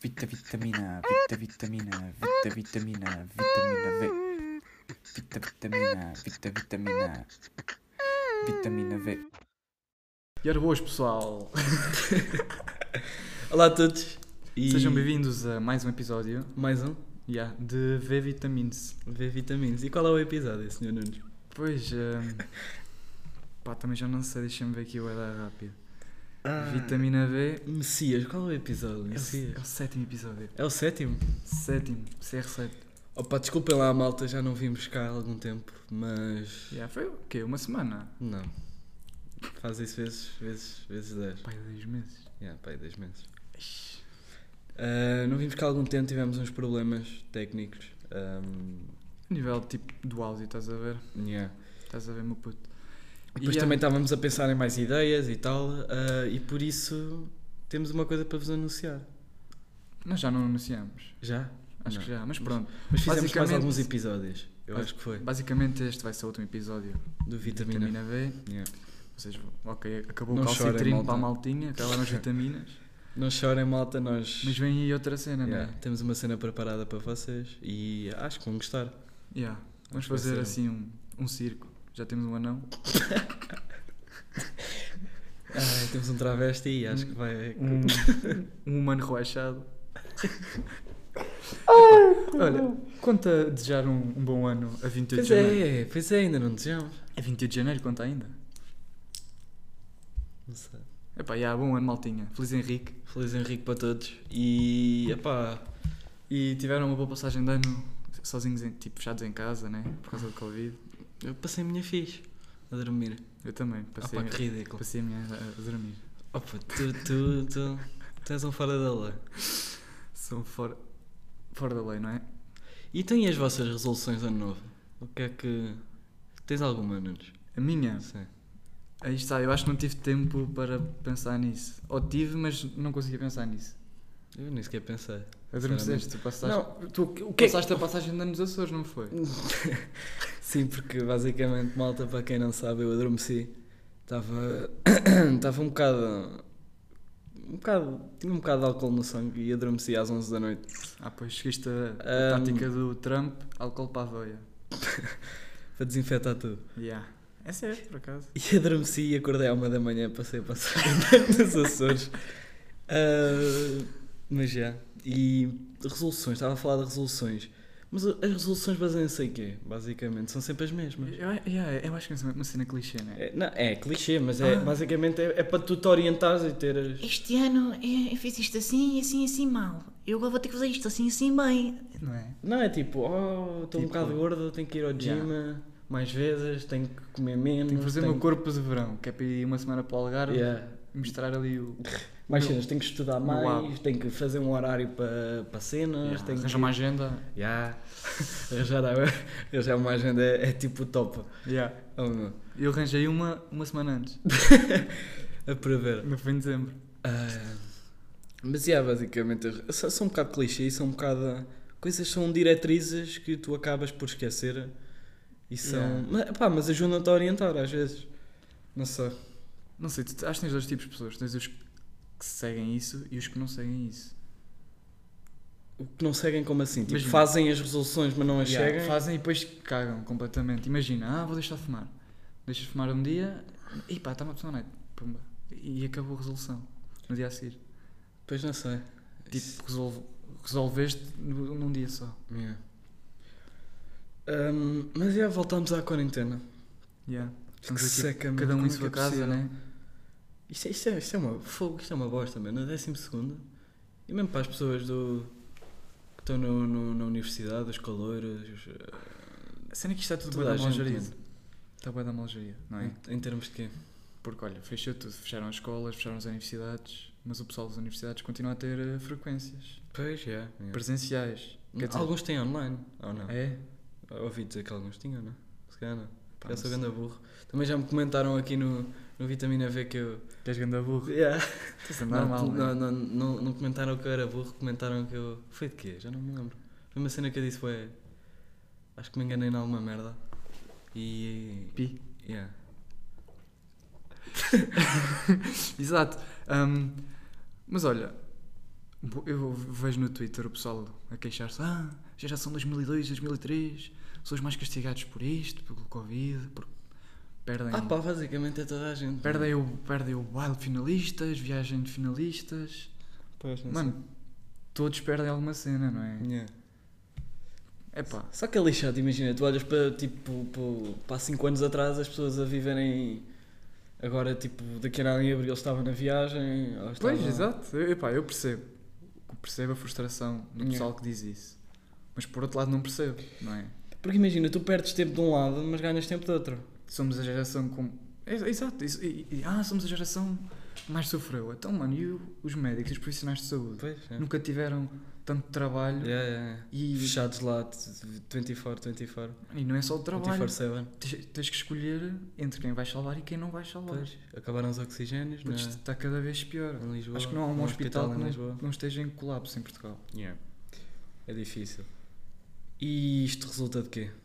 Vitamina, vitamina V. Vitamina V. E ora boas, pessoal! Olá a todos e Sejam bem-vindos a mais um episódio mais um de V-Vitamins. V-Vitaminas. E qual é o episódio, Sr. Nunes? Pois, também já não sei, deixa-me ver aqui o dar rápido. Vitamina V Messias, qual é o episódio? é Messias. o sétimo episódio. É o sétimo? Sétimo, CR7. Opa, desculpem lá a malta, já não vimos cá há algum tempo, mas... Foi o quê? Uma semana? Não. Faz isso vezes 10. Pai, 10 meses. Pá, aí 10 meses. Não vimos cá há algum tempo, tivemos uns problemas técnicos. A nível tipo do áudio, estás a ver? Estás a ver, meu puto? Depois também estávamos a pensar em mais ideias e tal, e por isso temos uma coisa para vos anunciar. Nós já não anunciamos. Já? Acho que já, mas pronto. Mas fizemos mais Basicamente- alguns episódios, eu acho que foi. Basicamente este vai ser o último episódio Do de Vitamina. Vitamina V. Yeah. Vocês, ok, acabou Não o chorem, calcitrino malta. para a maltinha, acabaram as vitaminas. Não chorem, malta, nós Mas vem aí outra cena, não é? temos uma cena preparada para vocês e acho que vão gostar. Yeah. Vamos Acho que vai fazer ser assim um circo. Já temos um anão. Temos um travesti e acho que vai... Um humano rebaixado. Olha, conta a desejar um bom ano a 28 de janeiro. Pois é, ainda não desejamos. É 28 de janeiro, conta ainda. Não sei. Epá, bom ano, maltinha. Feliz Henrique. Feliz Henrique para todos e, epá, E tiveram uma boa passagem de ano sozinhos, tipo, fechados em casa, né? Por causa do Covid. eu passei a minha fixe a dormir. Eu também. Passei, Opa, que ridículo. passei a minha a dormir. Opa, tu és um fora da lei. São fora da lei, não é? E têm as vossas resoluções de ano novo? O que é que... Tens alguma, Nunes? A minha? Sim. Aí está, eu acho que não tive tempo para pensar nisso. Ou tive, mas não conseguia pensar nisso. Eu nem sequer pensei. Adormeceste, tu passaste. Não, Tu passaste a passagem de anos Açores, não foi? Sim, porque basicamente, malta, para quem não sabe, eu adormeci. Estava um bocado... Tinha um bocado de álcool no sangue e adormeci às 11 da noite. Pois seguiste a tática do Trump, álcool para a veia. Para desinfetar tudo. É sério, por acaso. E adormeci e acordei à 1 da manhã, passei a passar nos Açores. Mas já. E resoluções, estava a falar de resoluções. Mas as resoluções baseiam-se em quê? Basicamente, são sempre as mesmas. Eu acho que é uma cena clichê, não é? É clichê, mas basicamente é para tu te orientares e teres... Este ano eu fiz isto assim, assim, assim mal. Eu agora vou ter que fazer isto assim, assim bem. Não é? Não é tipo, estou um Tipo, bocado gordo, tenho que ir ao gym mais vezes, tenho que comer menos. Tenho que fazer o meu corpo de verão, que é para ir uma semana para o Algarve e mostrar ali o... Mais meu- cenas, tenho que estudar meu mais, hábito. tenho que fazer um horário para cenas, tenho Arranjar que... uma agenda. Arranjar uma agenda é tipo o top. Oh, meu. Eu arranjei uma semana antes, A prever. no fim de dezembro. Mas basicamente, são um bocado clichê, são um bocado... Coisas são diretrizes que tu acabas por esquecer e são... Mas ajudam-te a orientar às vezes. Não sei. Não sei, acho que tens dois tipos de pessoas. Tens os que seguem isso e os que não seguem isso. O que não seguem como assim? Tipo, Imagina. fazem as resoluções mas não as seguem? Fazem e depois cagam completamente. Imagina, vou deixar de fumar. Deixas de fumar um dia e pá, está-me a pessoa noite. Pumba. E acabou a resolução. No dia a seguir. Pois não sei. Tipo, resolveste num dia só. Mas voltamos à quarentena. Estamos Que aqui, seca, meu. cada um Como em é que sua é casa, possível? né? Isto é uma fogo, isto é uma bosta, mano. Na 12ª. E mesmo para as pessoas que estão na universidade, os caloiros. A cena é que isto está tudo Toda bué a da gente, malgeria. mano. Está bué da malgeria, não é? Em termos de quê? Porque olha, fechou tudo. Fecharam as escolas, fecharam as universidades, mas o pessoal das universidades continua a ter frequências Pois, presenciais. Quer dizer, Alguns têm online, ou não? é? Ouvi dizer que alguns tinham, não? Se calhar não. Pá, Já não sou sei. ganda burro. Também já me comentaram aqui no Vitamina V que eu... Tens ganda burro. Isso é Não, normal, né? não comentaram que eu era burro, comentaram que eu... Foi de quê? Já não me lembro. Foi uma cena que eu disse, foi... Acho que me enganei em alguma merda. E... Pi. Yeah. Exato. Mas olha, Eu vejo no Twitter o pessoal a queixar-se: geração 2002, 2003, são os mais castigados por isto, pelo Covid, porque perdem, Pá, basicamente é toda a gente. perdem o baile de finalistas, viagem de finalistas. Pois, não Mano, todos perdem alguma cena, não é? sei. Yeah. Epá, Só que é lixado, imagina, tu olhas para para 5 anos atrás as pessoas a viverem agora, tipo, daqui a nada em abril estava na viagem. Ou estava... pois, exato. Eu percebo. Percebo a frustração do Yeah. pessoal que diz isso. Mas por outro lado não percebo, não é? Porque imagina, tu perdes tempo de um lado, mas ganhas tempo do outro. Somos a geração com... Exato. Somos a geração que mais sofreu. Então, mano, e os médicos, os profissionais de saúde? Pois, é. Nunca tiveram tanto trabalho. Yeah. E, Fechados lá 24/24. e não é só o trabalho. 24/7. Tens que escolher entre quem vai salvar e quem não vai salvar. Pois, acabaram os oxigénios, Porque né? isto está cada vez pior. Em Lisboa. Acho que não há um hospital que em Lisboa. não esteja em colapso em Portugal. Yeah. É difícil. E isto resulta de quê?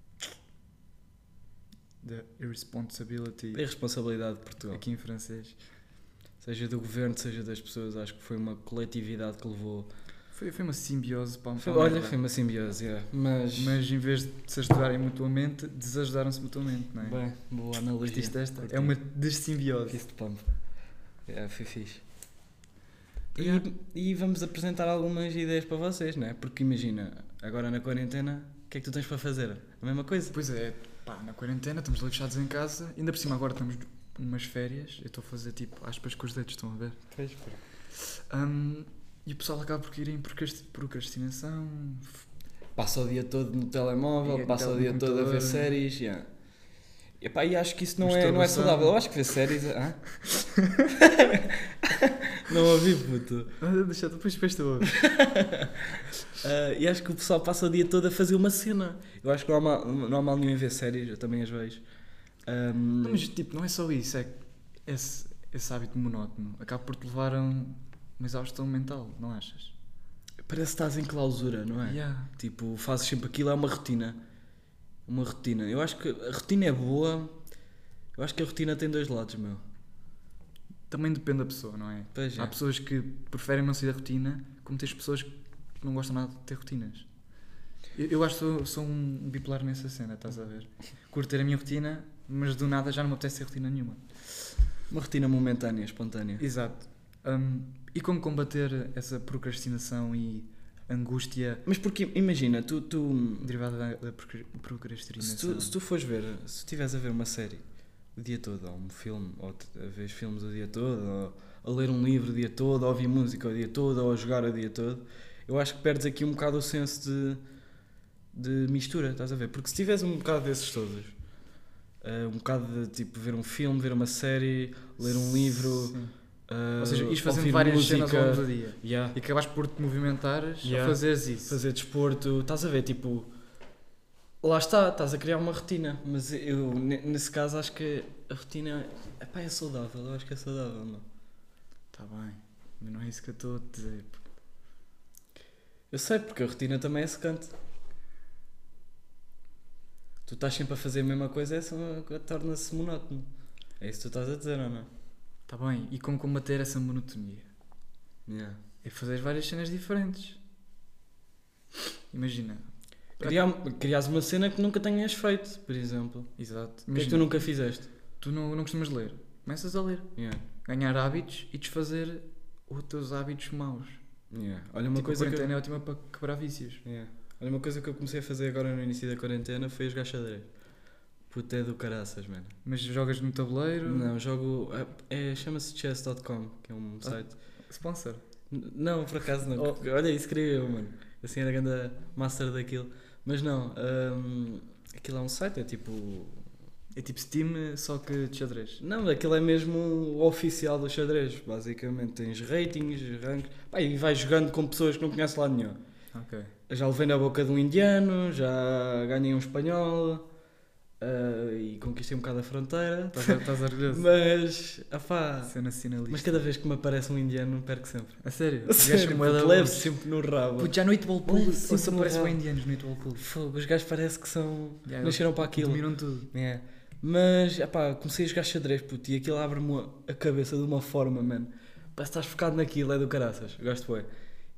The irresponsibility, É a responsabilidade de Portugal. aqui em francês. Seja do governo, seja das pessoas, acho que foi uma coletividade que levou. Foi uma simbiose para Olha, merda. foi uma simbiose, yeah. Mas Mas em vez de se ajudarem mutuamente, desajudaram-se mutuamente, não é? bem, boa analogia. Curtiste esta? Curti. É uma dessimbiose. Kiss de pump. Foi fixe. Yeah. E vamos apresentar algumas ideias para vocês, não é? Porque imagina, agora na quarentena, o que é que tu tens para fazer? A mesma coisa? Pois é, pá, na quarentena estamos ali fechados em casa, ainda por cima agora estamos numas férias, eu estou a fazer tipo aspas com os dedos, estão a ver? Pois, E o pessoal acaba por ir em procrastinação. passa o dia todo no telemóvel, E passa o dia no todo a ver computador. séries. Yeah. Epá, e acho que isso não é Masturbação. saudável. Eu acho que ver séries. Não ouvi, puto. Deixa, depois estou a ver. E acho que o pessoal passa o dia todo a fazer uma cena. Eu acho que não há mal nenhum em ver séries, eu também as vejo. Não, mas tipo, não é só isso, é que esse hábito monótono acaba por te levar a uma exaustão mental, não achas? Parece que estás em clausura, não é? Yeah. Tipo, fazes sempre aquilo, é uma rotina. Uma rotina. Eu acho que a rotina é boa. Eu acho que a rotina tem dois lados, meu. Também depende da pessoa, não é? Pois é. Há pessoas que preferem não sair da rotina, como tens pessoas que não gostam nada de ter rotinas. Eu acho que sou um bipolar nessa cena, estás a ver? Curto ter a minha rotina, mas do nada já não me apetece ter rotina nenhuma. Uma rotina momentânea, espontânea. Exato. E como combater essa procrastinação e angústia Mas porque, imagina, tu derivada da procrastinação? se tu fores ver, se estiveres a ver uma série o dia todo, ou um filme, ou a ver filmes o dia todo, ou a ler um livro o dia todo, ou a ouvir música o dia todo, ou a jogar o dia todo, eu acho que perdes aqui um bocado o senso de mistura, estás a ver? Porque se tiveres um bocado desses todos, um bocado de tipo ver um filme, ver uma série, ler um livro, Sim. Ou seja, ires fazendo ouvir várias música, cenas ao longo do dia. yeah, E acabaste por te movimentares Yeah. a fazeres isso. fazer desporto, estás a ver, tipo, lá está, estás a criar uma rotina, mas eu nesse caso acho que a rotina é saudável, eu acho que é saudável, não? Está bem, mas não é isso que eu estou a dizer. Eu sei, porque a rotina também é secante. Tu estás sempre a fazer a mesma coisa, torna-se monótono. É isso que tu estás a dizer, ou não? Está bem, e como combater essa monotonia? Yeah. É fazer várias cenas diferentes. Imagina. Crias uma cena que nunca tenhas feito, por exemplo. Exato. O que é que Imagina, tu nunca fizeste? tu não costumas ler. Começas a ler. Yeah. Ganhar hábitos e desfazer os teus hábitos maus. Yeah. Olha, uma Tipo, coisa a que quarentena é ótima para quebrar vícios. Yeah. Olha, uma coisa que eu comecei a fazer agora no início da quarentena foi jogar xadrez. Puta, é do caraças, mano. Mas jogas no tabuleiro? Não, jogo. Chama-se chess.com, que é um site. Sponsor? Não, por acaso não. Olha, isso queria eu, mano. Assim era a grande master daquilo. Mas não, aquilo é um site, é tipo. É tipo Steam, só que de xadrez. Não, aquilo é mesmo o oficial do xadrez. Basicamente tens ratings, ranks. Pá, e vais jogando com pessoas que não conheces lá nenhum. Ok. Já levei na boca de um indiano, já ganhei um espanhol. E conquistei um bocado a fronteira. Estás orgulhoso? Mas, Cena sinalista. mas cada vez que me aparece um indiano, perco sempre. A sério? Sério, puto, levo sempre no rabo. Puto, já no 8 pool. Levo Ou sempre se no aparecem rabo. bem indianos no 8 pool. Fogo, os gajos parece que são. Yeah, nasceram para aquilo. Dominam tudo. É. Mas, comecei a jogar xadrez, puto, e aquilo abre-me a cabeça de uma forma, mano. Parece que estás focado naquilo, é do caraças. Gosto bem.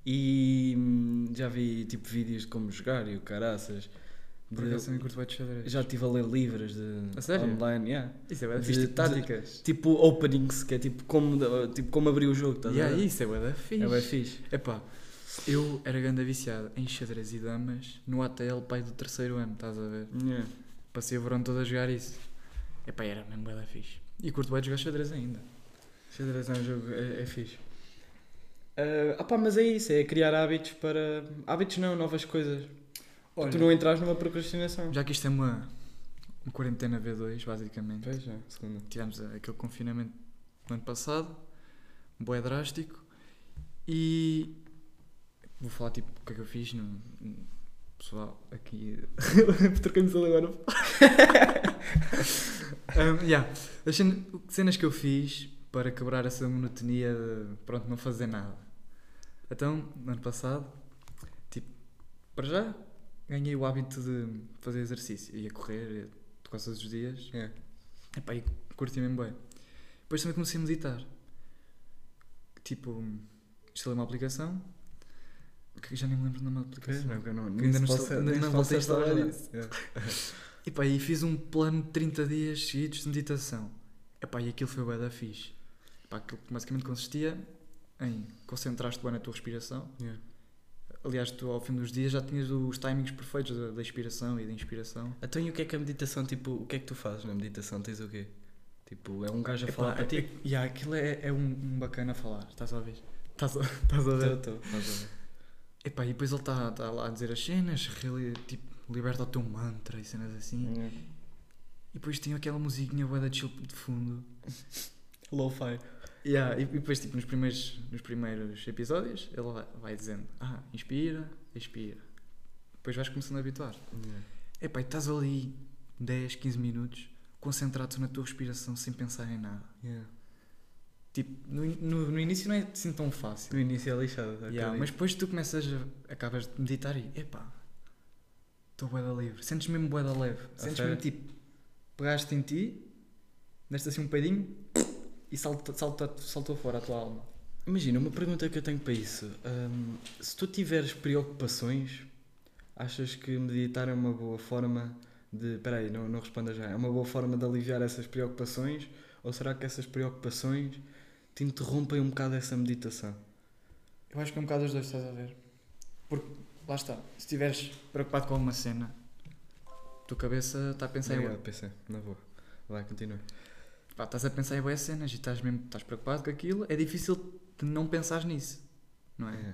E já vi tipo vídeos de como jogar e o caraças. Por acaso também curto bem de xadrez. Já estive a ler livros de A sério? online, yeah. Isso é bué de- fixe, de- táticas. Tipo openings, que é tipo como abrir o jogo, estás a ver? Isso é bué da fixe. É bem fixe. Epá, eu era grande viciado em xadrez e damas no ATL pai do 3º ano, estás a ver? Yeah. Passei o verão todo a jogar isso. Epá, era mesmo bué da fixe. E curto bem de jogar xadrez ainda. Xadrez é um jogo, é fixe. Mas é isso, é criar hábitos para... Hábitos não, novas coisas. Olha, Tu não entras numa procrastinação. já que isto é uma quarentena V2, basicamente. Pois já, segunda. Tivemos aquele confinamento no ano passado, bué drástico, e vou falar tipo o que é que eu fiz no pessoal aqui. Troquei-me só agora. As cenas que eu fiz para quebrar essa monotonia de pronto, não fazer nada. Então, no ano passado, tipo, para já ganhei o hábito de fazer exercício, ia correr, ia quase todos os dias. Yeah. Epá, e curti mesmo bem. Depois também comecei a meditar. Tipo, instalei uma aplicação que já nem me lembro do nome da aplicação. Que ainda não voltei a instalar isso. Epá, e fiz um plano de 30 dias seguidos de meditação. Epá, e aquilo foi bué da fixe. Epá, aquilo basicamente consistia em concentrar-te bem na tua respiração. Yeah. Aliás, tu ao fim dos dias já tinhas os timings perfeitos da expiração e da inspiração. Então e o que é que a meditação, tipo, o que é que tu fazes na meditação? Tens o quê? Tipo, é um gajo a Epá, falar para ti? aquilo é um bacana a falar. Estás a ouvir? Estás a ver? Estou. Epá, e depois ele está lá a dizer as cenas, tipo, liberta o teu mantra e cenas assim. E depois tem aquela musiquinha bué da chill de fundo. Lo-fi. E depois, tipo, nos primeiros episódios, ele vai dizendo, inspira, expira. Depois vais começando a habituar. Epá, e estás ali 10, 15 minutos, concentrado na tua respiração, sem pensar em nada. Tipo, no início não é assim tão fácil. No início é lixado. Mas depois tu acabas de meditar e, epá, estou bué da livre. Sentes mesmo bué da leve. Sentes sério? mesmo, tipo, pegaste em ti, deste assim um peidinho e saltou fora a tua alma. Imagina, uma pergunta que eu tenho para isso. Se tu tiveres preocupações, achas que meditar é uma boa forma de... Espera aí, não responda já. É uma boa forma de aliviar essas preocupações? Ou será que essas preocupações te interrompem um bocado essa meditação? Eu acho que é um bocado os dois, estás a ver? Porque, lá está, se estiveres preocupado com alguma cena, a tua cabeça está a pensar em... pensei, na boa. Vai, continua. Pá, estás a pensar em boas cenas e estás preocupado com aquilo, é difícil de não pensar nisso, não é?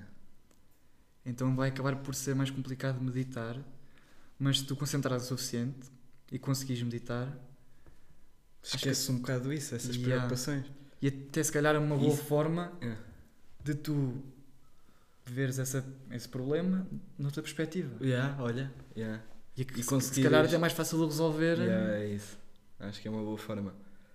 Então vai acabar por ser mais complicado meditar, mas se tu concentrares o suficiente e conseguires meditar, esquece um bocado isso, essas preocupações. E até se calhar é uma boa forma Yeah. de tu veres esse problema noutra perspectiva. Olha. E E se conseguires... calhar até é mais fácil de resolver. É isso. Acho que é uma boa forma.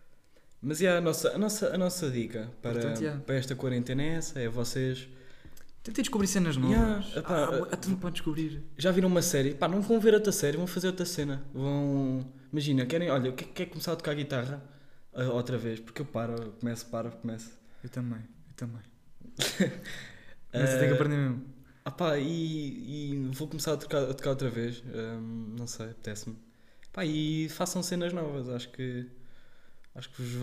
Mas a nossa dica para esta quarentena é essa, é vocês... Tentei descobrir cenas novas. Há tanto para descobrir. Já viram uma série? Pá, não vão ver outra série, vão fazer outra cena. Imagina, olha, quer começar a tocar guitarra outra vez? Porque eu começo. Eu também. Mas eu tenho que aprender mesmo. E vou começar a tocar outra vez. Não sei, apetece-me. E façam cenas novas. Acho que vos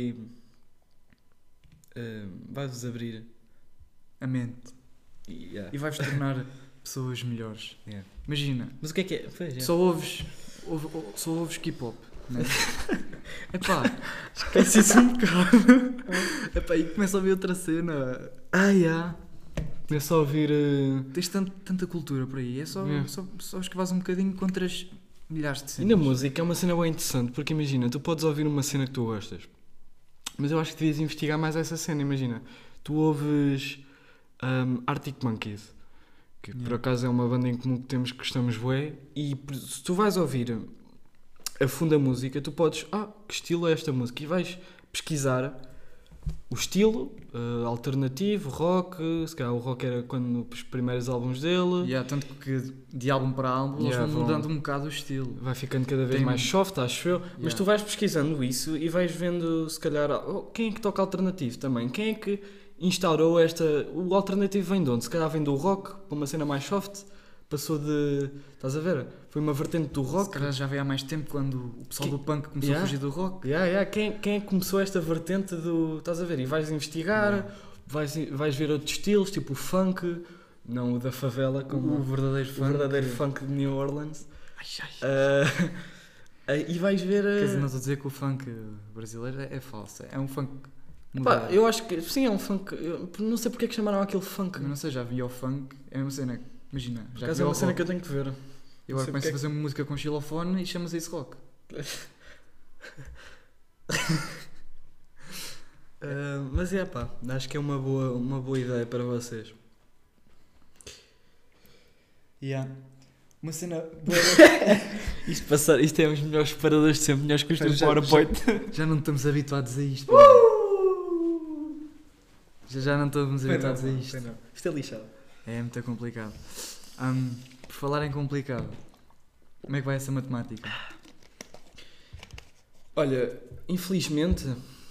vai-vos abrir A mente. E vai-vos tornar pessoas melhores. Imagina, Mas o que é? Pois, só ouves K-pop, né? Epá, esquece isso um bocado. Epá, e começa a ouvir outra cena. Começa a ouvir... Tens tanta cultura por aí. É só esquivares um bocadinho contra as milhares de E cenas. na música é uma cena bem interessante, porque imagina, tu podes ouvir uma cena que tu gostas, mas eu acho que devias investigar mais essa cena. Imagina, tu ouves Arctic Monkeys, que por acaso é uma banda em comum que gostamos bué, e se tu vais ouvir a fundo a música, tu podes, que estilo é esta música? E vais pesquisar o estilo, alternativo, rock, se calhar o rock era quando os primeiros álbuns dele. Tanto que de álbum para álbum eles vão mudando um bocado o estilo. Vai ficando cada vez mais soft, acho eu. Mas tu vais pesquisando isso e vais vendo, se calhar, quem é que toca alternativo também. Quem é que instaurou esta... O alternativo vem de onde? Se calhar vem do rock, para uma cena mais soft, passou de... Estás a ver? Foi uma vertente do Se rock. calhar já veio há mais tempo quando o pessoal do punk começou a fugir do rock. Quem é que começou esta vertente do... Estás a ver? E vais investigar, vais ver outros estilos, tipo o funk, não o da favela, como O verdadeiro o funk. verdadeiro funk de New Orleans. E vais ver... Quer dizer, não estou a dizer que o funk brasileiro é falso. É um funk Pá, moderno. eu acho que sim, é um funk. Eu não sei porque é que chamaram aquele funk. Eu não sei, já vi ao funk. É a mesma cena. Imagina, Por já acaso vi é ao uma cena rock. que eu tenho que ver. E agora sei começo porque é a fazer uma música com xilofone e chama-se isso rock. Mas é pá, acho que é uma boa ideia para vocês. Uma cena. Isto é os melhores separadores de sempre, melhores que os do Já- PowerPoint. Já não estamos habituados a isto. Já não estamos habituados a isto. Isto é lixado. É muito complicado. Por falar em complicado, como é que vai essa matemática? Olha, infelizmente,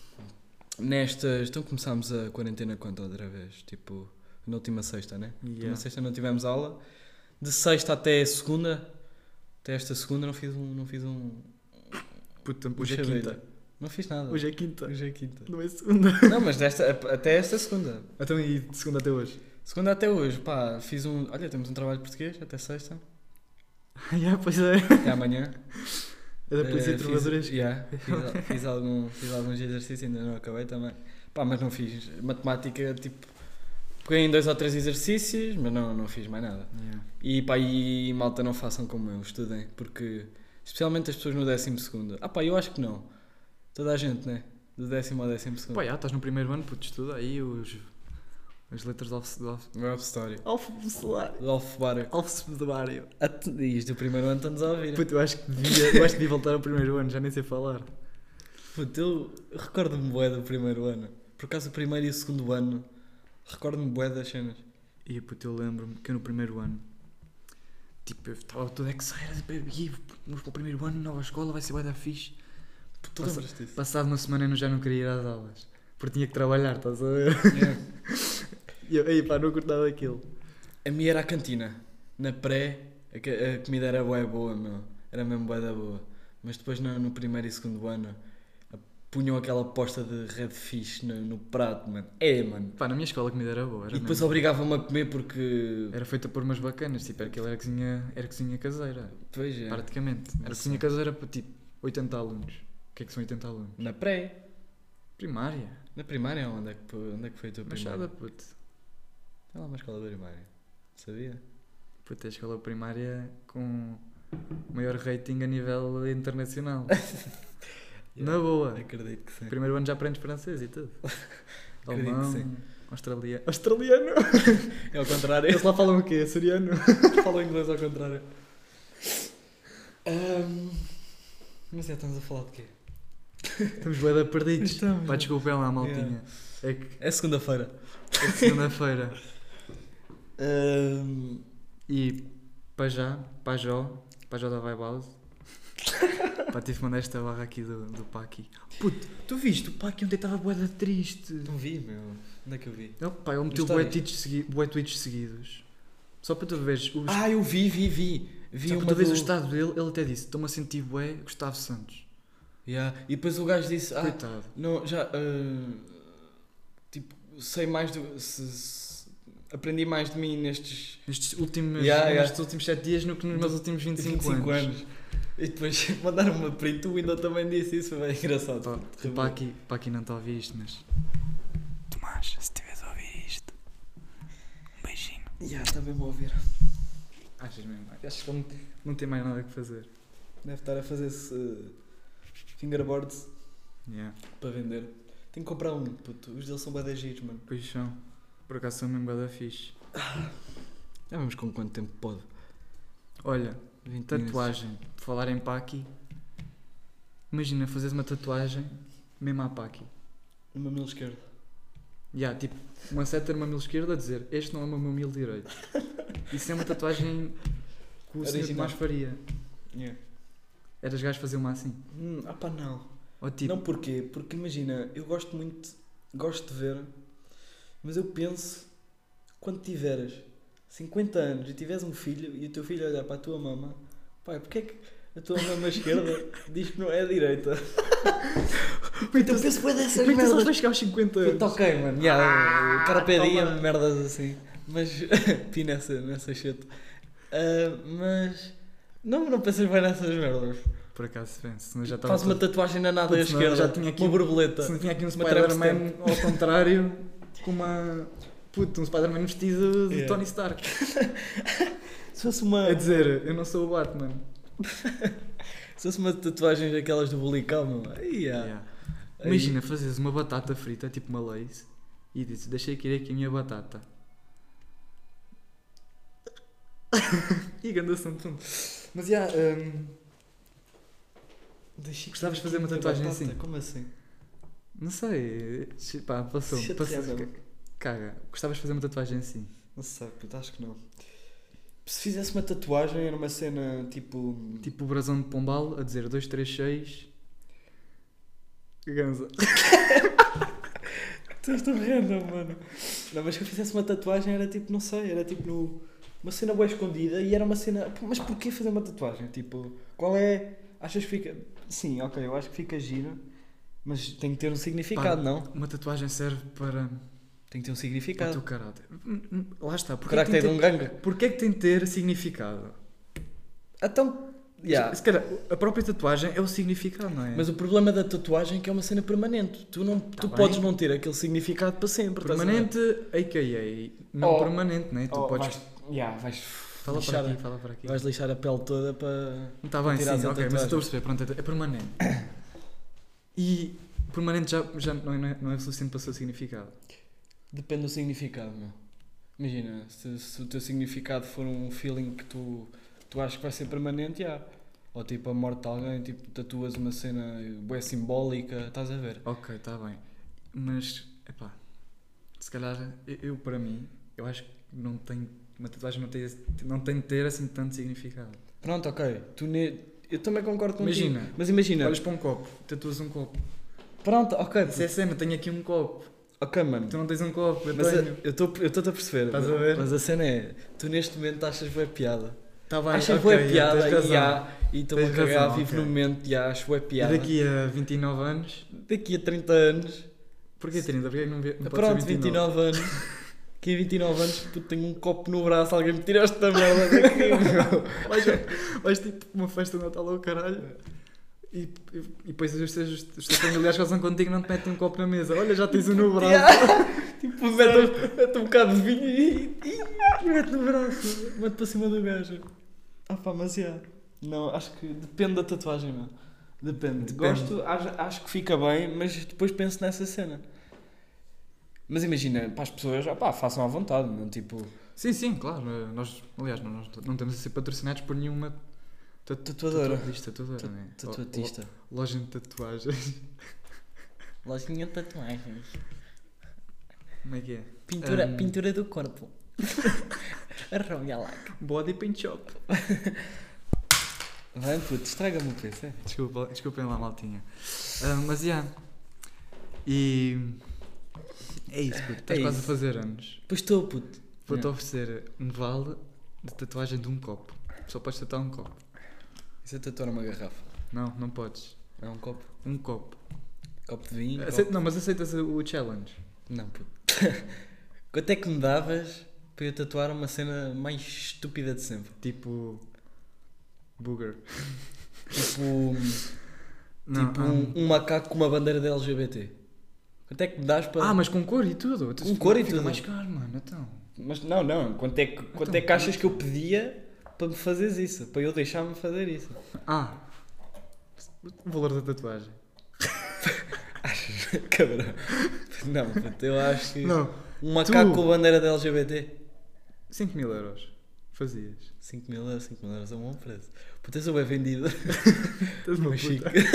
nestas. Então começámos a quarentena quando outra vez? Tipo, na última sexta, né? Yeah. Na sexta não tivemos aula. De sexta até segunda. Até esta segunda não fiz um. Puta, hoje é chaveiro. quinta. Não fiz nada. Hoje é quinta. Hoje é quinta. Não é segunda. Não, mas até esta segunda. Então e de segunda até hoje? Segunda até hoje, pá, fiz um. Olha, temos um trabalho de português até sexta. Pois é. Até amanhã. É da polícia trovadores. Fiz alguns exercícios, ainda não acabei também. Pá, mas não fiz matemática, tipo. Peguei em 2 ou 3 exercícios, mas não fiz mais nada. E pá, e malta, não façam como eu, estudem, porque. Especialmente as pessoas no 12º. Ah pá, eu acho que não. Toda a gente, né? Do 10º ao 12º. Pá, estás no primeiro ano, puto, estuda aí as letras do Love Story. alfabetário. Do alfabetário. Alfabetário. Diz do primeiro ano estamos a ouvir. Puto, eu acho que devia voltar ao primeiro ano, já nem sei falar. Puto, eu recordo-me bué do primeiro ano. Por acaso o primeiro e o segundo ano, recordo-me bué das cenas. E puto, eu lembro-me que eu no primeiro ano, tipo, eu estava todo excited, tipo, vamos para o primeiro ano, nova escola, vai ser bué da fixe. Tu lembras disso? Passado uma semana eu já não queria ir às aulas, porque tinha que trabalhar, estás a ver? E eu, aí pá, não cortava aquilo. A minha era a cantina. Na pré, a comida era bué boa, meu. Era mesmo bué da boa. Mas depois no primeiro e segundo ano, punham aquela posta de red fish no prato, mano. Mano. Pá, na minha escola a comida era boa, era E depois mesmo. obrigavam-me a comer porque... Era feita por umas bacanas, tipo, aquilo era cozinha caseira, Pois é. praticamente. Era Nossa. cozinha caseira para tipo 80 alunos. O que é que são 80 alunos? Na pré. Primária. Na primária, onde é que foi a tua primária? Machada, puto. Tem lá uma escola primária. Sabia? Puto, a escola primária com maior rating a nível internacional. Na boa. Acredito que sim. Primeiro ano já aprendes francês e tudo. Acredito que Alemão, sim. australiano. Australiano? É ao contrário. Eles lá falam o quê? Açoriano? Falam inglês ao contrário. Mas estamos a falar de quê? Estamos bué de perdidos. Estamos. Pá, desculpem lá, maltinha. É que É segunda-feira. é segunda-feira. E Pajó da Vibe House. Pá, tive que mandar esta barra aqui do Paqui. Puto, tu viste? O Paqui ontem estava bué de triste. Não vi, meu. Onde é que eu vi? Não, pá, ele meteu História. bué tweets seguidos. Só para tu veres os... Eu vi. Vi Só uma para tu veres do... o estado dele, ele até disse: estou-me a sentir bué Gustavo Santos. Yeah. E depois o gajo disse... Coitado. não, já... tipo, sei mais do... aprendi mais de mim nestes Nestes últimos 7 dias no que nos meus últimos 25 anos. E depois mandaram uma print, tu ainda também disse isso, foi bem engraçado. Pá, Paqui não está a ouvir isto, mas... Tomás, se estiveres a ouvir isto, um beijinho. Está bem a ouvir. Achas mesmo? Acho que ele não tem mais nada que fazer. Deve estar a fazer fingerboards Yeah. para vender. Tenho que comprar um, puto. Os deles são bué de giros, mano. Pois são. Por acaso são mesmo bué da fixe. Já vemos com quanto tempo pode. Olha, 20 tatuagem. Por falar em Paqui, imagina fazeres uma tatuagem mesmo à Paqui. No mamilo esquerdo. Tipo, uma seta no mamilo esquerdo a dizer: este não é o meu mamilo direito. Isso é uma tatuagem que o senhor Original. Tomás faria. Yeah. Eras gajo fazer uma assim? Pá, não. Ou tipo, Não, porquê? Porque imagina, eu gosto muito, gosto de ver Mas eu penso, quando tiveres 50 anos e tiveres um filho e o teu filho olhar para a tua mama, pai, porque é que a tua mama esquerda diz que não é a direita? Então eu penso bem dessas Como é que tu merdas. vais chegar aos 50 anos? Puta, ok, mano. Yeah, carpe diem, merdas assim. Mas, pi nessa shit. Mas, não pensas bem nessas merdas. Por acaso penso, senão já estava. Faz uma tatuagem na nada Putz, esquerda, já tinha aqui uma borboleta. Se não tinha aqui um Uma Spider-Man ao contrário, com uma. Puto, um Spider-Man vestido de Yeah. Tony Stark. Se fosse uma... A dizer, eu não sou o Batman. Se fosse uma tatuagem daquelas do Bulical, meu. Yeah. Imagina fazes uma batata frita, tipo uma Lay's, e dizes, deixei cair aqui a minha batata. E ganda santo. Mas já, gostavas de fazer uma tatuagem assim? Como assim? Não sei, pá, passou. Chateada. Caga, gostavas de fazer uma tatuagem assim? Não sei, puto, acho que não. Se fizesse uma tatuagem era uma cena tipo... Tipo o brasão de Pombal a dizer 236 Ganza. Tu és tão random, mano. Não, mas se eu fizesse uma tatuagem era tipo, não sei, era tipo no... Uma cena bem escondida e era uma cena... Pô, mas porquê fazer uma tatuagem? Tipo, qual é... Achas que fica... Sim, ok, eu acho que fica giro, mas tem que ter um significado, Pá, não? Uma tatuagem serve para Tem que ter um o significado. teu caráter. Lá está. O caráter de um gangue. Porquê é que tem de ter significado? Então... Yeah. Se calhar, a própria tatuagem é o significado, não é? Mas o problema da tatuagem é que é uma cena permanente. Tu Tá podes bem. não ter aquele significado para sempre. estás a ver? Permanente, a.k.a. não Oh. permanente, não é? Tu Oh, podes... vais Fala lixar, para aqui, fala para aqui. vais lixar a pele toda para... Está bem, tirar sim, a ok, mas tatuagem. estou a perceber, pronto, é permanente. E permanente já não é suficiente para o seu significado. Depende do significado, meu. Imagina, se o teu significado for um feeling que tu achas que vai ser permanente, já. Ou tipo a morte de alguém, tipo tatuas uma cena bué simbólica, estás a ver? Ok, está bem. Mas, epá, se calhar, eu para mim, eu acho que não tem, uma tatuagem não tem de ter assim tanto significado. Pronto, ok. Eu também concordo contigo. Imagina, Mas imagina. olhas para um copo, tatuas um copo. Pronto, ok. Se é cena, tenho aqui um copo. Ok, mano. Tu não tens um copo, eu Mas tenho. eu estou-te a perceber. Estás a ver? Mas a cena é, tu neste momento achas bué piada. Está bem, Achas ok, bué piada tens razão. e estou-me a Tens cagar, razão, vivo ok. no momento, acho bué E piada. daqui a 29 anos, Daqui a 30 anos, porquê 30? Porquê que não pode pronto, ser 29? 29 anos, daqui a 29 anos, puto, tenho um copo no braço, alguém me tira esta merda daqui, meu. Vais tipo uma festa de Natal ao caralho e depois os teus familiares gozam contigo e não te metem um copo na mesa. Olha, já tens um no braço. Tipo, mete um bocado de vinho e mete no braço, mete para cima do gajo. Ah pá, mas não, acho que depende da tatuagem, meu. Depende. Gosto, acho que fica bem, mas depois penso nessa cena. Mas imagina, para as pessoas, pá, façam à vontade, não tipo... Sim, claro. Nós não temos a ser patrocinados por nenhuma Tatuadora. tatuadora, né? Tatuatista. Loja de tatuagens. Lojinha de tatuagens. Como é que é? Pintura do corpo. Arroia lá. Body paint shop. Vai, puto, estraga-me o PC. Desculpem lá, maltinha. Mas já. E. É isso, puto. Estás É quase isso. a fazer anos. Pois estou, puto. Vou-te oferecer um vale de tatuagem de um copo. Só podes tatuar um copo. Isso é tatuar uma garrafa. Não podes. É um copo. Um copo. Copo de vinho. Não, mas aceitas o challenge. Não, puto. Quanto é que me davas para eu tatuar uma cena mais estúpida de sempre? Tipo. Booger. Tipo, Não, tipo um macaco com uma bandeira da LGBT. Quanto é que me das para... mas com cor e tudo. Com cor e Fica tudo. mais caro, mano. Então. Mas não. Quanto é que achas que eu pedia para me fazeres isso? Para eu deixar-me fazer isso? O valor da tatuagem. Cabrão. Não, puto, eu acho que... Não. Um macaco Tu. com a bandeira da LGBT. 5.000 euros. Fazias. 5.000 euros é um bom preço. Puta, eu sou bem vendido. Estás uma Mas chique. puta.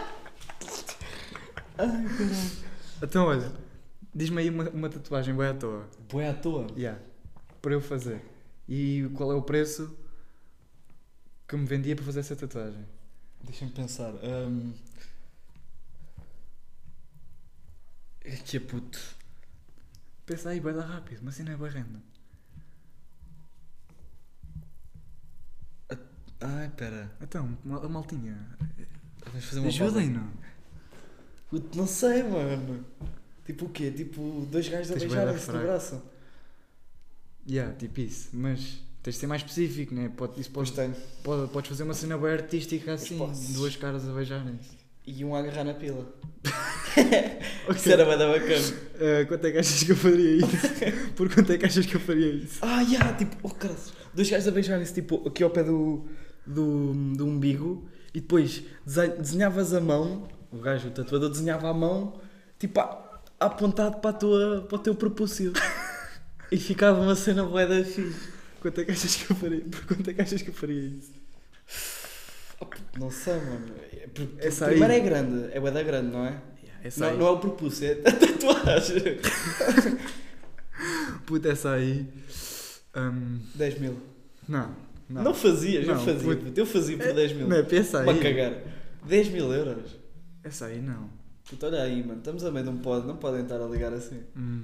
Então, olha. Diz-me aí uma tatuagem bem à toa. Boé à toa. Yeah. Para eu fazer. E qual é o preço que me vendia para fazer essa tatuagem? Deixa-me pensar. Que é puto. Pensa aí, vai dar rápido, mas assim não é barrenda. Ai, pera. Então, a maltinha. Vamos fazer uma Ajudem-no. pausa. Não sei, mano. Tipo o quê? Tipo, dois gajos a Tens bué de beijarem-se no fraco. braço. Tipo isso. Mas tens de ser mais específico, né? Isso Pois tenho. podes fazer uma cena bem artística assim, posso. duas caras a beijarem-se. E um a agarrar na pila. Ok. Isso era bem da bacana. Quanto é que achas que eu faria isso? Por quanto é que achas que eu faria isso? Tipo, oh caralho. Dois gajos a beijarem-se, tipo, aqui ao pé do umbigo. E depois desenhavas a mão. O gajo, o tatuador, desenhava a mão, tipo, apontado para o teu propúcio. E ficava uma cena bué da fixe. Quanto é que achas que eu faria? Por quanto é que achas que eu faria isso? Não sei, mano. Essa Primeiro aí- é grande, é bué da grande, não é? Essa aí. Não é o propúcio, é a tatuagem. Puta, essa aí. 10 mil. Não. Não fazias, eu Não, fazia. puto. Eu fazia por 10 mil. Não é para essa aí. Uma cagar. 10 mil euros. Essa aí não. Puta, olha aí, mano. Estamos a meio de um pod, não podem estar a ligar assim.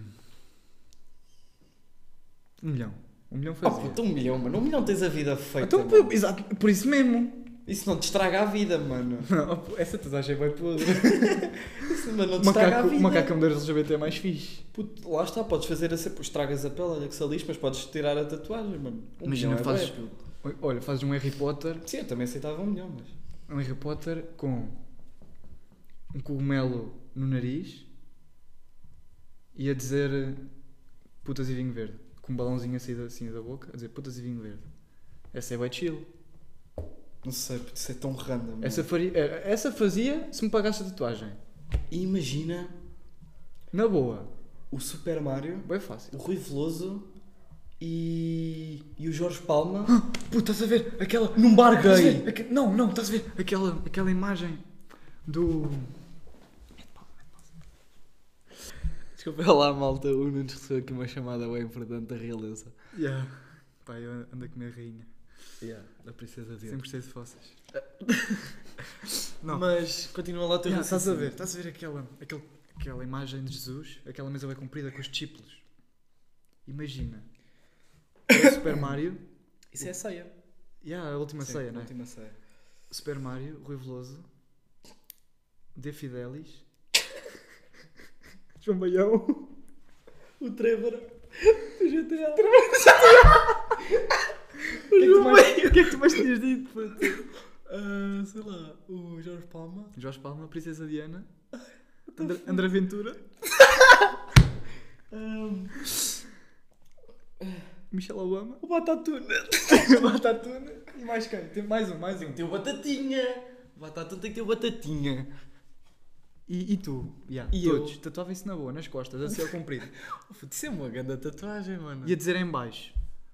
1 milhão. 1 milhão Oh, fazia. puta, 1 milhão, mano. 1 milhão tens a vida feita. Então, mano. exato, por isso mesmo. Isso não te estraga a vida, mano. Não, essa tatuagem vai podre. Isso, mano, não te estraga a vida. O macaco modelo LGBT é mais fixe. Puto, lá está, podes fazer assim, estragas a pele, olha que saliste, mas podes tirar a tatuagem, mano. Imagina, milhão fazes. bué, puto. Olha, fazes um Harry Potter. Sim, eu também aceitava 1 milhão, mas. Um Harry Potter com um cogumelo no nariz e a dizer putas e vinho verde. Com um balãozinho assim da boca, a dizer putas e vinho verde. Essa é bem chill. Não sei, puto, isso é tão random. mano. Essa fazia se me pagasse a tatuagem. E imagina Na boa. o Super Mario, Bem fácil. o Rui Veloso e o Jorge Palma Puta, estás a ver aquela. num bar Estás a gay. ver? Não, estás a ver aquela imagem do. Desculpa lá, malta, o Nunes recebeu aqui uma chamada bem importante da realeza. Pá, eu ando a comer rainha. Da princesa dele. Sempre gostei de fossas. Não. Mas continua lá o teu raciocínio. Estás a ver aquela imagem de Jesus, aquela mesa bem comprida com os discípulos. Imagina. O Super Mario. Isso é a ceia. A última Sim, ceia, a não é? última ceia. Super Mario, Rui Veloso, De Fidelis, João Baião, O Trevor. O GTA. O que é que tu mais tinhas dito? Puto? Sei lá, o Jorge Palma. Jorge Palma, Princesa Diana, André Ventura, Michelle Obama, O Batatuna. Batatuna e mais quem? Tem mais um. Tem que ter o Batatinha. O Batatuna tem que ter o Batatinha. E tu? E todos. eu? Tatuavem-se na boa, nas costas, assim ao comprido. Isso é uma grande tatuagem, mano. E a dizer em baixo: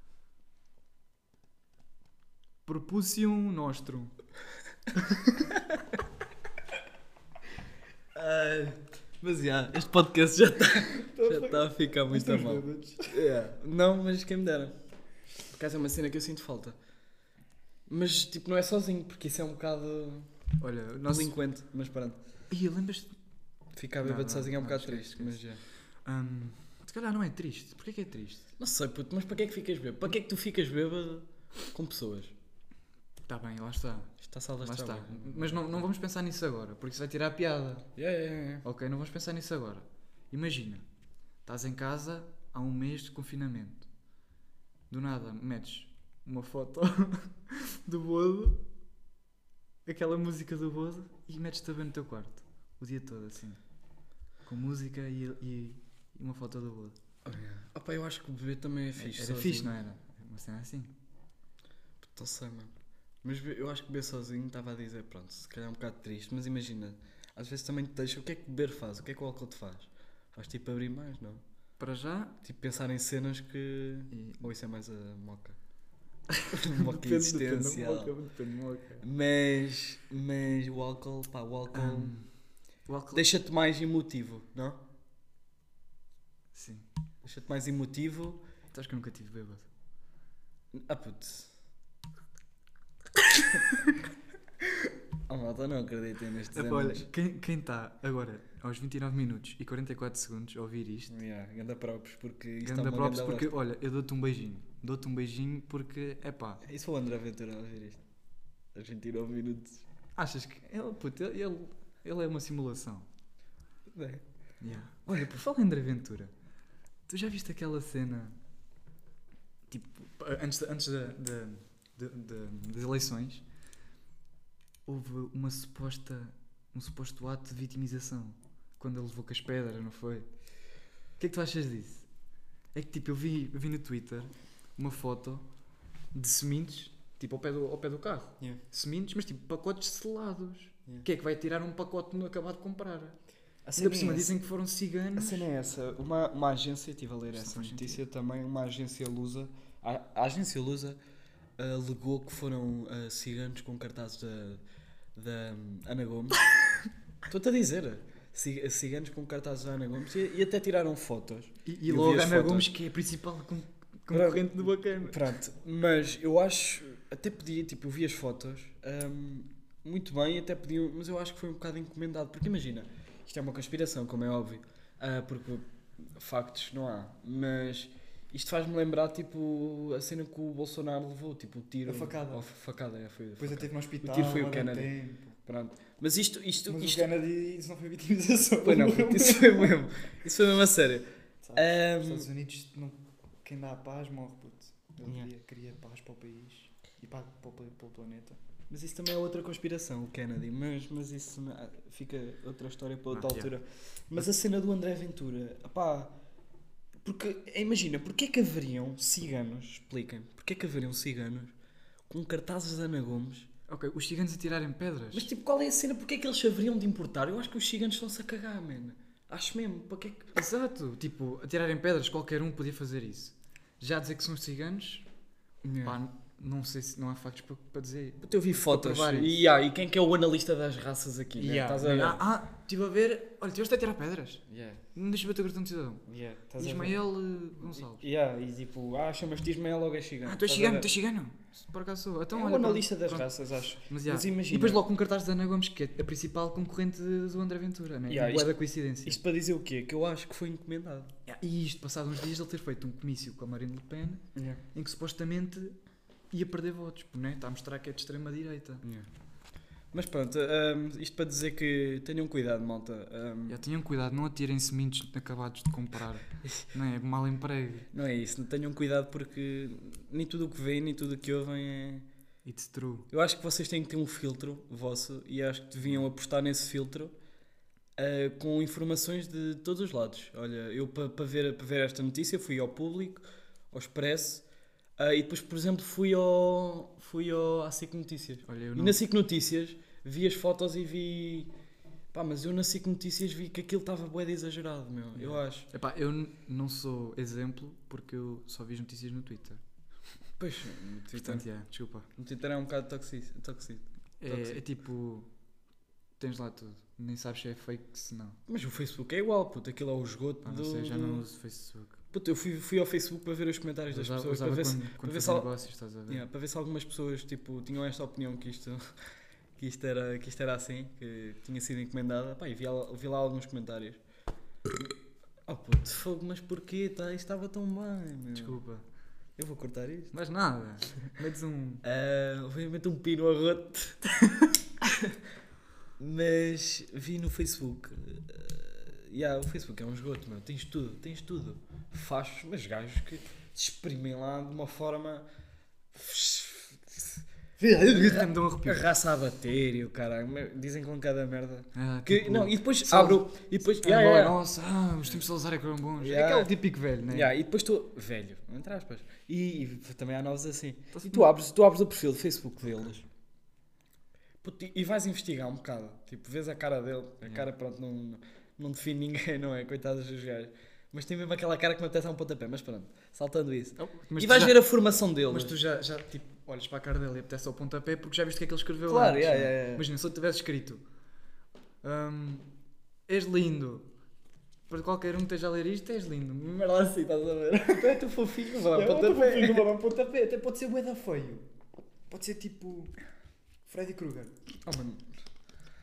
Propulsium Nostrum. Mas este podcast já está a ficar muito a mal. Não, mas quem me dera. Por acaso é uma cena que eu sinto falta. Mas tipo, não é sozinho, porque isso é um bocado Olha, nós. delinquente. Mas pronto, Ih, lembras-te? ficar bêbado Não, sozinho é um não, bocado esquece, triste. Mas já. Se calhar não é triste. Porquê que é triste? Não sei, puto, mas para que é que ficas bêbado? Para que é que tu ficas bêbado com pessoas? Está bem, lá está. Está salas Lá de está. trabalho. Mas não vamos pensar nisso agora, porque isso vai tirar a piada. Ok, não vamos pensar nisso agora. Imagina, estás em casa há um mês de confinamento. Do nada, metes uma foto do Bodo, aquela música do Bodo, e metes-te a ver no teu quarto. O dia todo, assim. Com música e uma foto do Bodo. Opa, eu acho que beber também é fixe. Era sozinho. fixe, não era? Uma cena assim. Não sei, mano. Mas eu acho que beber sozinho, estava a dizer, pronto, se calhar é um bocado triste, mas imagina, às vezes também te deixa, o que é que beber faz? O que é que o álcool te faz? Faz tipo abrir mais, não? Para já, Tipo pensar em cenas que... E- Ou isso é mais a moca? Moca existencial. Depende do moca. Mas o álcool, pá, o álcool O álcool... deixa-te mais emotivo, não? Sim. Deixa-te mais emotivo. Sabes que eu nunca tive bêbado. Oh, malta, não acreditem nestes Olha, anos. quem está agora aos 29 minutos e 44 segundos a ouvir isto, Ganda props, porque isto ganda é uma props ganda porque, bosta. olha, eu dou-te um beijinho. Dou-te um beijinho porque, epá, E se o André Ventura a ouvir isto? Aos 29 minutos. achas que ele, puto, ele é uma simulação. É. Olha, por falar em André Ventura, tu já viste aquela cena, tipo, antes das eleições, houve um suposto ato de vitimização, quando ele levou com as pedras, não foi? O que é que tu achas disso? É que tipo, eu vi no Twitter uma foto de sementes, tipo ao pé do carro. Yeah. Sementes, mas tipo pacotes selados. Yeah. Que é que vai tirar um pacote no acabado de comprar? A Ainda por cima dizem que foram ciganos. A cena é essa. Uma agência, estive a ler Isto não essa faz notícia também, uma agência lusa. A agência lusa alegou que foram ciganos com cartazes da Ana Gomes. Estou-te a dizer. Ciganos com cartazes da Ana Gomes e até tiraram fotos. E Eu logo vi a as Ana fotos. Gomes, que é a principal concorrente do Bacana. Pronto, mas eu acho, até podia, tipo, eu vi as fotos, muito bem, até podiam, mas eu acho que foi um bocado encomendado, porque imagina, isto é uma conspiração, como é óbvio, porque factos não há, mas isto faz-me lembrar, tipo, a cena que o Bolsonaro levou, tipo, o tiro... A facada. Oh, facada, foi a Depois facada. eu teve no hospital. O tiro foi o há Kennedy. tempo. Pronto, mas isto Mas o isto Kennedy, isso não foi vitimização. foi não, puto, isso foi mesmo a sério. Sabes, Ahm, nos Estados Unidos, quem dá a paz morre, puto. Ele Yeah. queria paz para o país e para o planeta. Mas isso também é outra conspiração, o Kennedy, mas isso fica outra história para outra altura. Mas a cena do André Ventura, pá, porque, imagina, porque é que haveriam ciganos, expliquem-me, porque é que haveriam ciganos com cartazes de Ana Gomes, Ok, os ciganos a tirarem pedras. mas tipo, qual é a cena, porque é que eles se haveriam de importar? Eu acho que os ciganos estão-se a cagar, man. Acho mesmo, para que é que... Exato, tipo, a tirarem pedras, qualquer um podia fazer isso. Já dizer que são os ciganos, pá, não sei se não há factos para dizer. Eu vi fotos, provar isso. e quem que é o analista das raças aqui, né? Yeah. Estás a ver? Estive a ver, olha, tiveste a tirar pedras. Yeah, Não deixa bater o cartão de cidadão. yeah, estás a ver? Ismael Gonçalves. E tipo, chamas-te Ismael logo é cigano. Tu és Estás a cigano, ver? tu és cigano. Por acaso sou. Então, É olha, o analista pronto, das pronto. raças, acho. Mas, Mas e imagina, depois logo com cartaz da Ana Gomes, que é a principal concorrente do André Ventura, né? Yeah, Boa da coincidência. isto para dizer o quê? Que eu acho que foi encomendado. E isto, passado uns dias, ele ter feito um comício com a Marine Le Pen, em que supostamente ia perder votos, porque, né? Está a mostrar que é de extrema-direita. Mas pronto, isto para dizer que tenham cuidado, malta. Já tenham cuidado, não atirem sementes acabados de comprar. Não é? Mal emprego. Não é isso, tenham cuidado porque nem tudo o que veem, nem tudo o que ouvem é... It's true. Eu acho que vocês têm que ter um filtro vosso e acho que deviam apostar nesse filtro com informações de todos os lados. Olha, eu para ver esta notícia fui ao Público, ao Expresso e depois, por exemplo, fui à SIC Notícias. Olha, eu E não... na SIC Notícias vi as fotos e vi... Pá, mas eu na SIC Notícias vi que aquilo estava bué de exagerado, meu. Eu acho. Epá, eu não sou exemplo porque eu só vi as notícias no Twitter. Pois, no Twitter, Portanto, desculpa. no Twitter é um bocado tóxico. É tipo... Tens lá tudo. Nem sabes se é fake, se não. Mas o Facebook é igual, puto. Aquilo é o esgoto Pá, não sei, já não uso Facebook. Puto, eu fui ao Facebook para ver os comentários das pessoas. Para ver, se, quando ver se fazia al- negócios, estás a ver? yeah, para ver se algumas pessoas tipo, tinham esta opinião que isto era assim, que tinha sido encomendada. Pá, e vi lá alguns comentários. Oh puto, fogo, mas porquê? Isto estava tão bem, meu. Desculpa. Eu vou cortar isto. Mas nada. Metes um... Obviamente um pino arroto. Mas vi no Facebook. O Facebook é um esgoto, meu. Tens tudo. Fachos, mas gajos que se exprimem lá de uma forma. Me dá um arrepio. A raça a bater e o caralho. Dizem com cada merda. Tipo, E depois sal- abro. E depois. Nossa, os tempos de Salazar é que eram bons. Yeah. É aquele típico velho, né? E depois estou. Velho, entre aspas. E também há novos assim. Tá-se E tu abres o perfil do Facebook deles. Puto, e vais investigar um bocado. Tipo, vês a cara dele. A cara, pronto, não define ninguém, não é? Coitados dos gajos. Mas tem mesmo aquela cara que me apetece a um pontapé. Mas pronto, saltando isso. Mas E tu vais já- ver a formação dele. Mas tu já tipo, olhas para a cara dele e apetece ao pontapé porque já viste o que é que ele escreveu Claro, antes. yeah, né? yeah. Imagina, se eu tivesse escrito és lindo. Para qualquer um que esteja a ler isto, és lindo. Merda assim, estás a ver? Tu é teu fofinho, vou dar um pontapé. Vou dar um pontapé. Até pode ser bué da feio. Pode ser tipo Freddy Krueger. Oh, mano.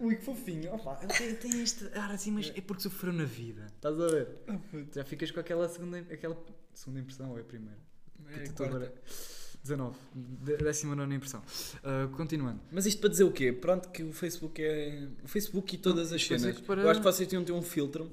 Ui, que fofinho. Opa, ele tem este ar assim, mas é porque sofreu na vida. Estás a ver? Já ficas com aquela segunda impressão ou é a primeira? É, Puta, agora- 19. 19ª impressão. Continuando. Mas isto para dizer o quê? Pronto, que o Facebook é. O Facebook e todas as isto é cenas. para- Eu acho que vocês tinham de ter um filtro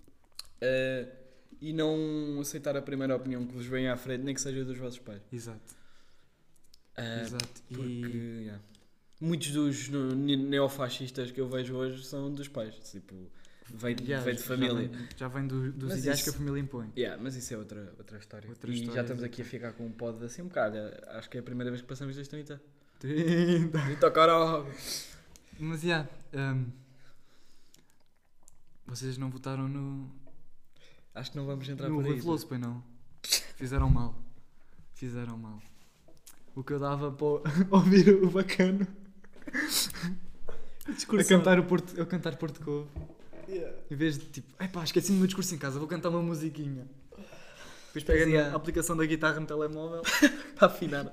e não aceitar a primeira opinião que vos vem à frente, nem que seja dos vossos pais. Exato. Ah, Exato. Porque E yeah, muitos dos neofascistas que eu vejo hoje são dos pais. Tipo, veio yeah, de família. Já vem dos Mas ideais isso- que a família impõe. Yeah, mas isso é outra história. Outra e história, já estamos aqui a ficar com um pod assim um bocado. Acho que é a primeira vez que passamos das 30. 30 caralho! Mas já. Vocês não votaram no Acho que não vamos entrar Rui por aí. Veloso, pois não? Fizeram mal. Fizeram mal. O que eu dava para ouvir o bacano a cantar Porto Covo. Em vez de tipo, epá, esqueci-me do meu discurso em casa, vou cantar uma musiquinha. Depois pega Fazia- a aplicação da guitarra no telemóvel. Para afinar.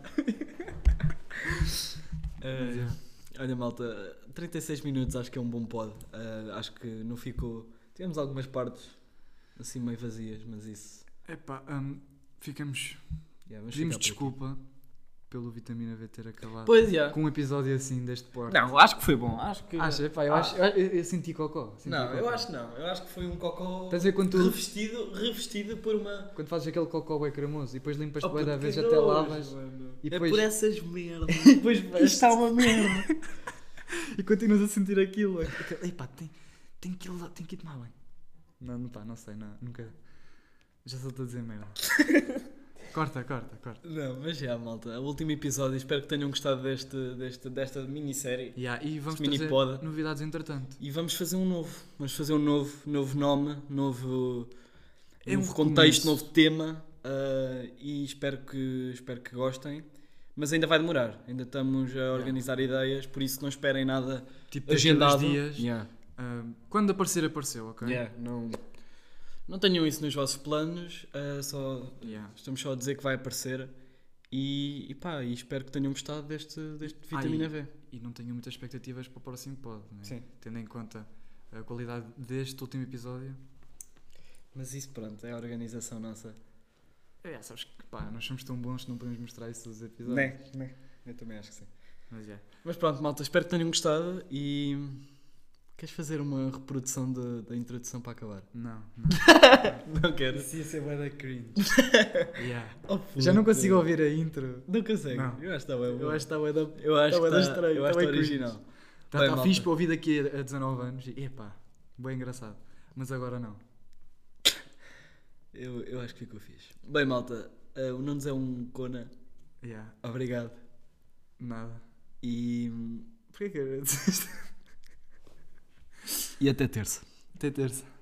Mas, yeah. Olha, malta, 36 minutos acho que é um bom pod. Acho que não ficou. Tivemos algumas partes assim meio vazias, mas isso. Epá, ficamos. Yeah, vamos Pedimos ficar por aqui. desculpa pelo Vitamina V ter acabado Pois já. com um episódio assim deste porte. Não, acho que foi bom. Acho que. Acha? Epá, eu senti cocó. Senti Não, cocó. eu acho não. Eu acho que foi um cocó Estás a ver quando tu- revestido por uma. Quando fazes aquele cocó bem cremoso e depois limpas-te Oh, bem da puto, vez que até nojo, lavas mano. e É depois, por essas merdas. e depois Isto vestes está uma merda. e continuas a sentir aquilo. Epá, tem que ir tomar banho. Não, pá, não sei, não, nunca. Já só estou a dizer merda. Corta. Não, mas já, malta. O último episódio. Espero que tenham gostado desta minissérie. Yeah, e vamos Este trazer mini-pod. novidades entretanto. E vamos fazer um novo. Vamos fazer um novo nome, novo É um contexto, recomeço. novo tema. E espero que gostem. Mas ainda vai demorar. Ainda estamos a organizar ideias. Por isso não esperem nada Tipo, daqui a agendado. dois dias. Yeah. Quando aparecer, apareceu, ok? Yeah, não tenham isso nos vossos planos. Yeah. Estamos só a dizer que vai aparecer. E pá, e espero que tenham gostado deste Vitamina V. E não tenho muitas expectativas para o próximo pod, né? Sim. Tendo em conta a qualidade deste último episódio. Mas isso, pronto, é a organização nossa. Sabes que pá, nós somos tão bons que não podemos mostrar isso todos os episódios. Né? Eu também acho que sim. Mas é. Mas pronto, malta, espero que tenham gostado. E queres fazer uma reprodução da introdução para acabar? Não. Não quero. Isso ia ser bué da cringe. Yeah. Oh, Já não puta. consigo ouvir a intro. Não consegue. Não. Eu acho que está bem. Eu acho que está bué da... Eu acho tá que bué da está estranho, eu acho tá que bué está cringe. original. Está Bem, malta. fixe para ouvir daqui a 19 anos. E epá, bem engraçado. Mas agora não. Eu acho que ficou fixe. Bem, malta, o Nunes é um cona. Yeah. Obrigado. Nada. E Porquê que era isto? até terça. Até terça.